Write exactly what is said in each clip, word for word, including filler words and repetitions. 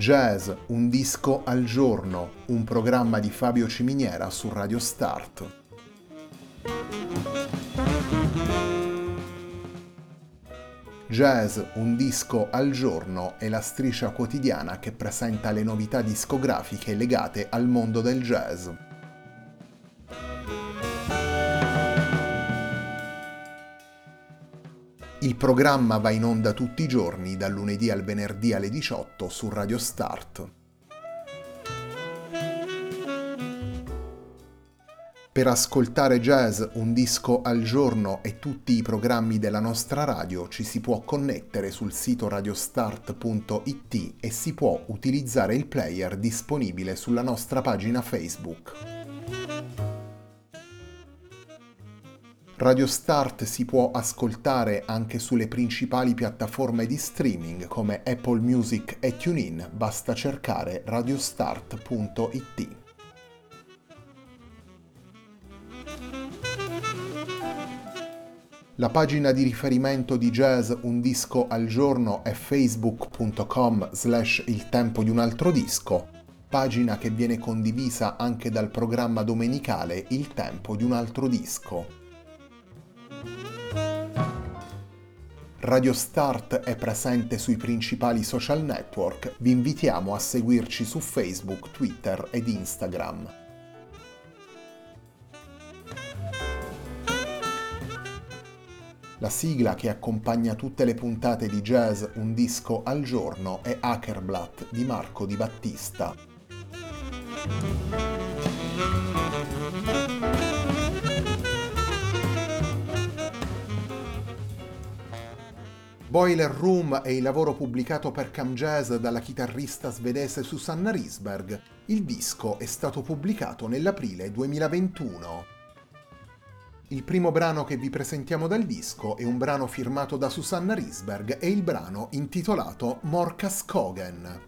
Jazz, un disco al giorno, un programma di Fabio Ciminiera su Radio Start. Jazz, un disco al giorno è la striscia quotidiana che presenta le novità discografiche legate al mondo del jazz. Il programma va in onda tutti i giorni, dal lunedì al venerdì alle diciotto su Radio Start. Per ascoltare Jazz, un disco al giorno e tutti i programmi della nostra radio ci si può connettere sul sito radiostart punto it e si può utilizzare il player disponibile sulla nostra pagina Facebook. Radio Start si può ascoltare anche sulle principali piattaforme di streaming come Apple Music e TuneIn, basta cercare radiostart punto it. La pagina di riferimento di Jazz Un Disco al Giorno è facebook punto com slash il tempo di un altro disco, pagina che viene condivisa anche dal programma domenicale Il tempo di un altro disco. Radio Start è presente sui principali social network, vi invitiamo a seguirci su Facebook, Twitter ed Instagram. La sigla che accompagna tutte le puntate di Jazz Un Disco al Giorno è Hackerblatt di Marco Di Battista. Boiler Room è il lavoro pubblicato per Cam Jazz dalla chitarrista svedese Susanna Risberg. Il disco è stato pubblicato nell'aprile duemilaventuno. Il primo brano che vi presentiamo dal disco è un brano firmato da Susanna Risberg e il brano intitolato Morka Skogen.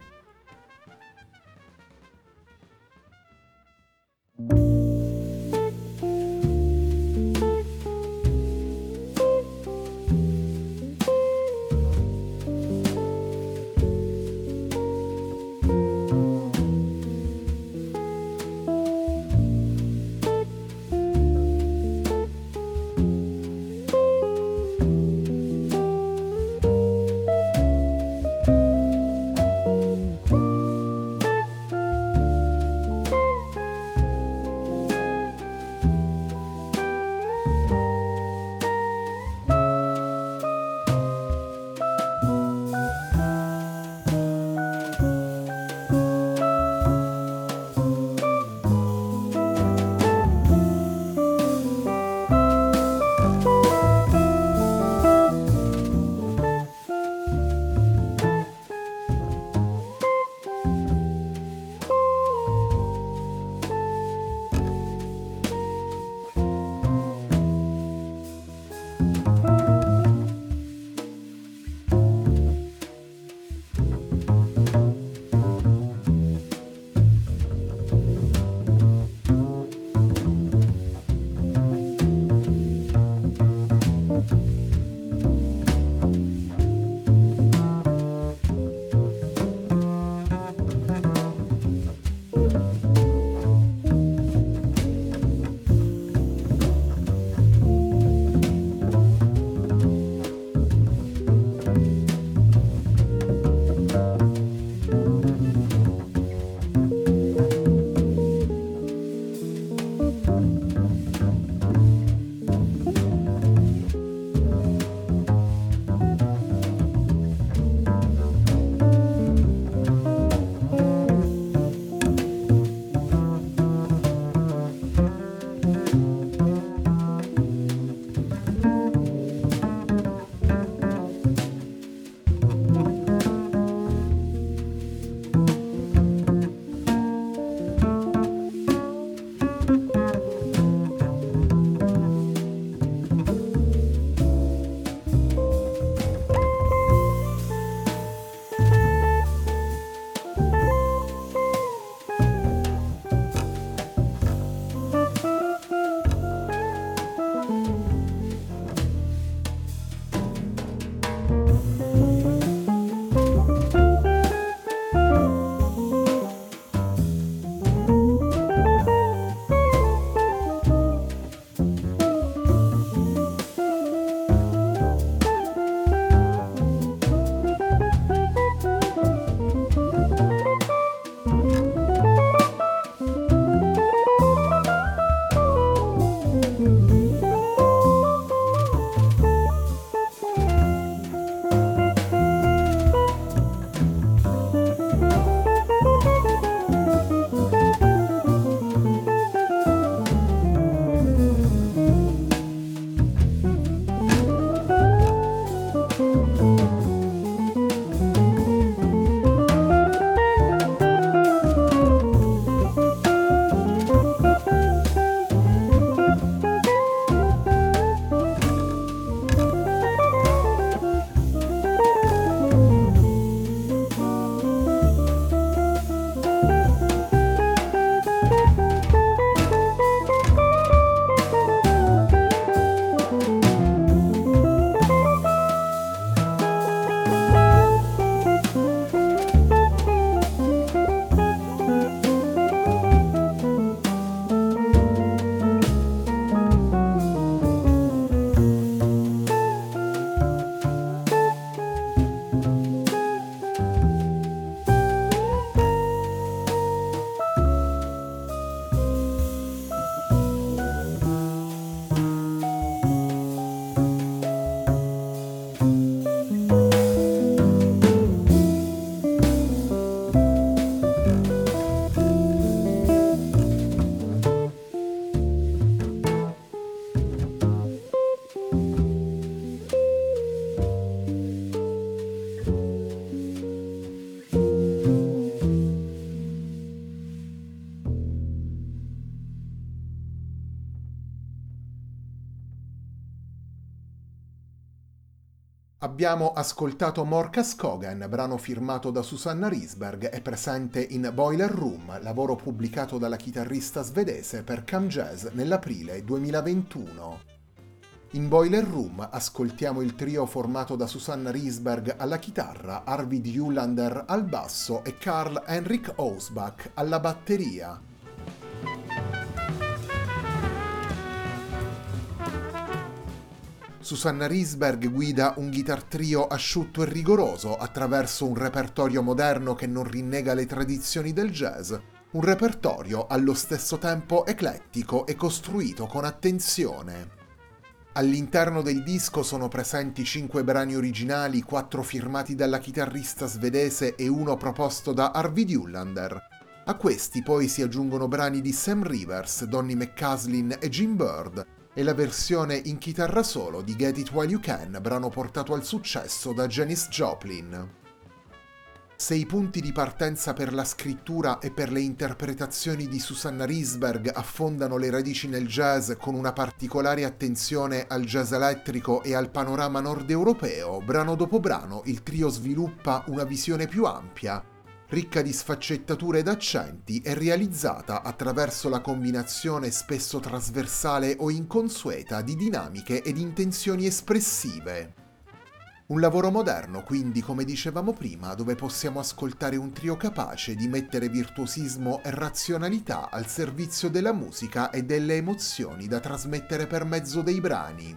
Abbiamo ascoltato Morka Skogen, brano firmato da Susanna Risberg e presente in Boiler Room, lavoro pubblicato dalla chitarrista svedese per Come Jazz nell'aprile duemilaventuno. In Boiler Room ascoltiamo il trio formato da Susanna Risberg alla chitarra, Arvid Julander al basso e Karl Henrik Ausbach alla batteria. Susanna Risberg guida un guitar trio asciutto e rigoroso attraverso un repertorio moderno che non rinnega le tradizioni del jazz, un repertorio allo stesso tempo eclettico e costruito con attenzione. All'interno del disco sono presenti cinque brani originali, quattro firmati dalla chitarrista svedese e uno proposto da Arvid Julander. A questi poi si aggiungono brani di Sam Rivers, Donny McCaslin e Jim Bird, e la versione in chitarra solo di Get It While You Can, brano portato al successo da Janis Joplin. Se i punti di partenza per la scrittura e per le interpretazioni di Susanna Risberg affondano le radici nel jazz con una particolare attenzione al jazz elettrico e al panorama nord europeo, brano dopo brano il trio sviluppa una visione più ampia, ricca di sfaccettature ed accenti e realizzata attraverso la combinazione spesso trasversale o inconsueta di dinamiche ed intenzioni espressive. Un lavoro moderno, quindi, come dicevamo prima, dove possiamo ascoltare un trio capace di mettere virtuosismo e razionalità al servizio della musica e delle emozioni da trasmettere per mezzo dei brani.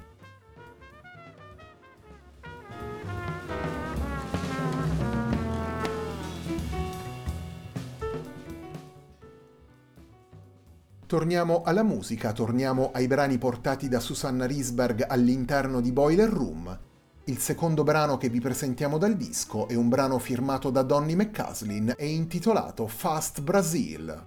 Torniamo alla musica, torniamo ai brani portati da Susanna Risberg all'interno di Boiler Room. Il secondo brano che vi presentiamo dal disco è un brano firmato da Donny McCaslin e intitolato Fast Brazil.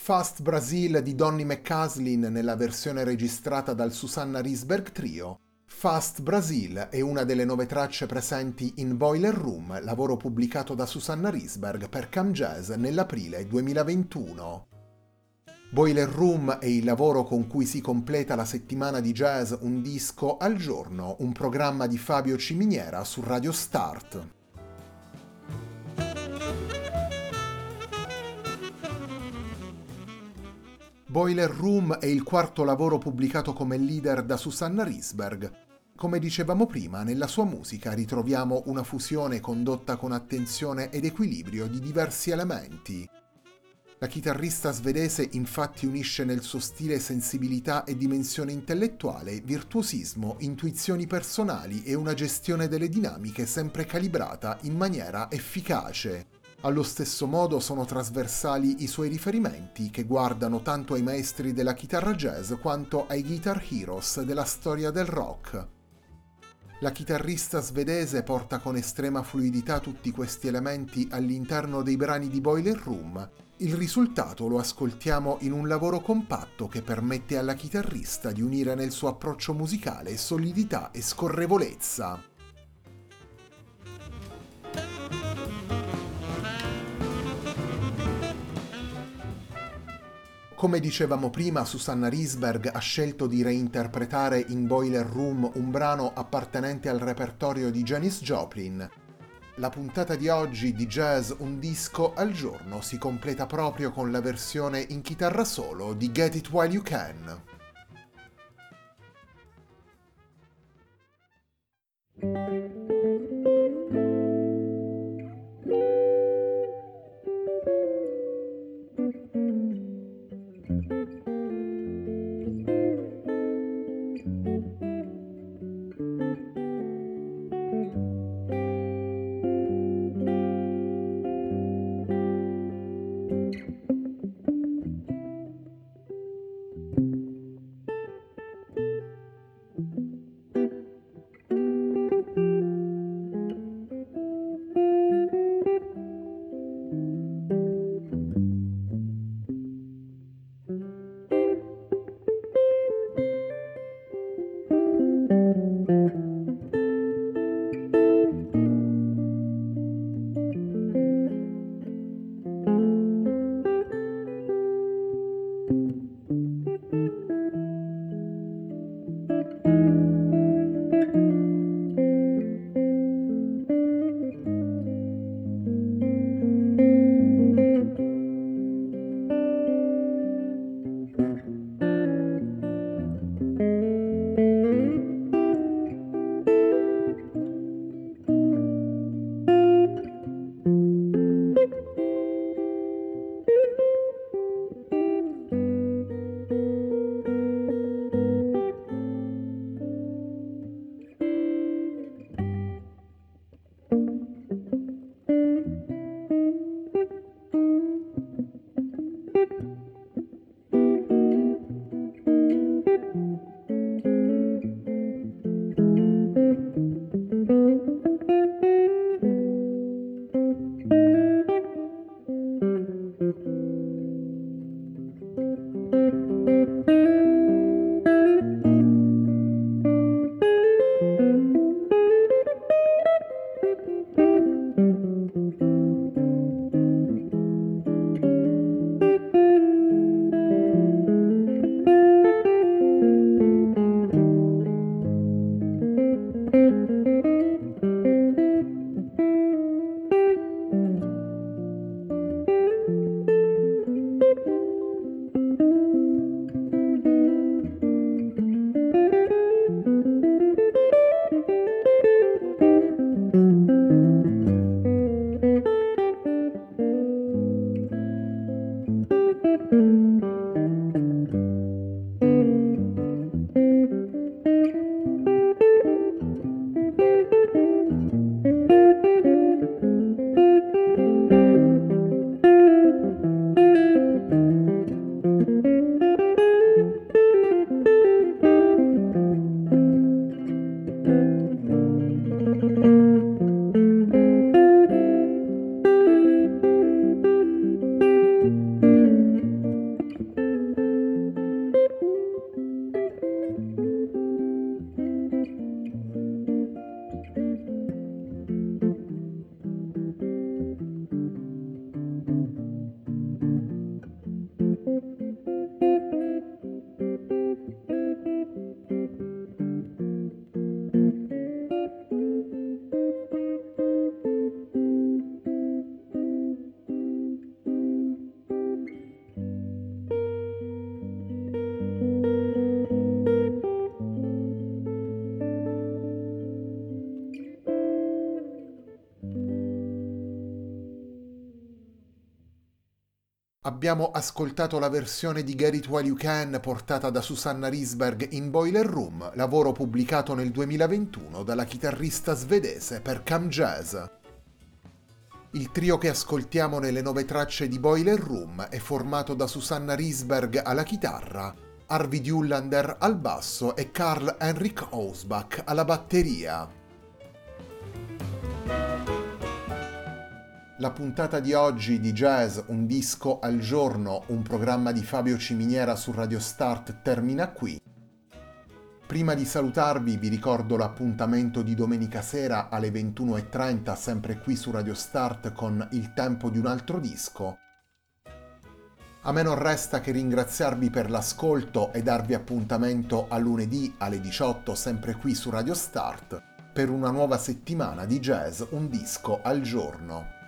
Fast Brazil di Donny McCaslin nella versione registrata dal Susanna Risberg Trio. Fast Brazil è una delle nove tracce presenti in Boiler Room, lavoro pubblicato da Susanna Risberg per Cam Jazz nell'aprile duemilaventuno. Boiler Room è il lavoro con cui si completa la settimana di jazz Un disco al giorno, un programma di Fabio Ciminiera su Radio Start. Boiler Room è il quarto lavoro pubblicato come leader da Susanna Risberg. Come dicevamo prima, nella sua musica ritroviamo una fusione condotta con attenzione ed equilibrio di diversi elementi. La chitarrista svedese infatti unisce nel suo stile sensibilità e dimensione intellettuale, virtuosismo, intuizioni personali e una gestione delle dinamiche sempre calibrata in maniera efficace. Allo stesso modo sono trasversali i suoi riferimenti, che guardano tanto ai maestri della chitarra jazz quanto ai guitar heroes della storia del rock. La chitarrista svedese porta con estrema fluidità tutti questi elementi all'interno dei brani di Boiler Room. Il risultato lo ascoltiamo in un lavoro compatto che permette alla chitarrista di unire nel suo approccio musicale solidità e scorrevolezza. Come dicevamo prima, Susanna Risberg ha scelto di reinterpretare in Boiler Room un brano appartenente al repertorio di Janis Joplin. La puntata di oggi di Jazz Un disco al giorno si completa proprio con la versione in chitarra solo di Get It While You Can. Abbiamo ascoltato la versione di Get It While You Can portata da Susanna Risberg in Boiler Room, lavoro pubblicato nel duemilaventuno dalla chitarrista svedese per Come Jazz. Il trio che ascoltiamo nelle nove tracce di Boiler Room è formato da Susanna Risberg alla chitarra, Arvid Ullander al basso e Karl Henrik Ausbach alla batteria. La puntata di oggi di Jazz Un disco al giorno, un programma di Fabio Ciminiera su Radio Start termina qui. Prima di salutarvi vi ricordo l'appuntamento di domenica sera alle ventuno e trenta sempre qui su Radio Start con Il tempo di un altro disco. A me non resta che ringraziarvi per l'ascolto e darvi appuntamento a lunedì alle diciotto sempre qui su Radio Start per una nuova settimana di Jazz Un disco al giorno.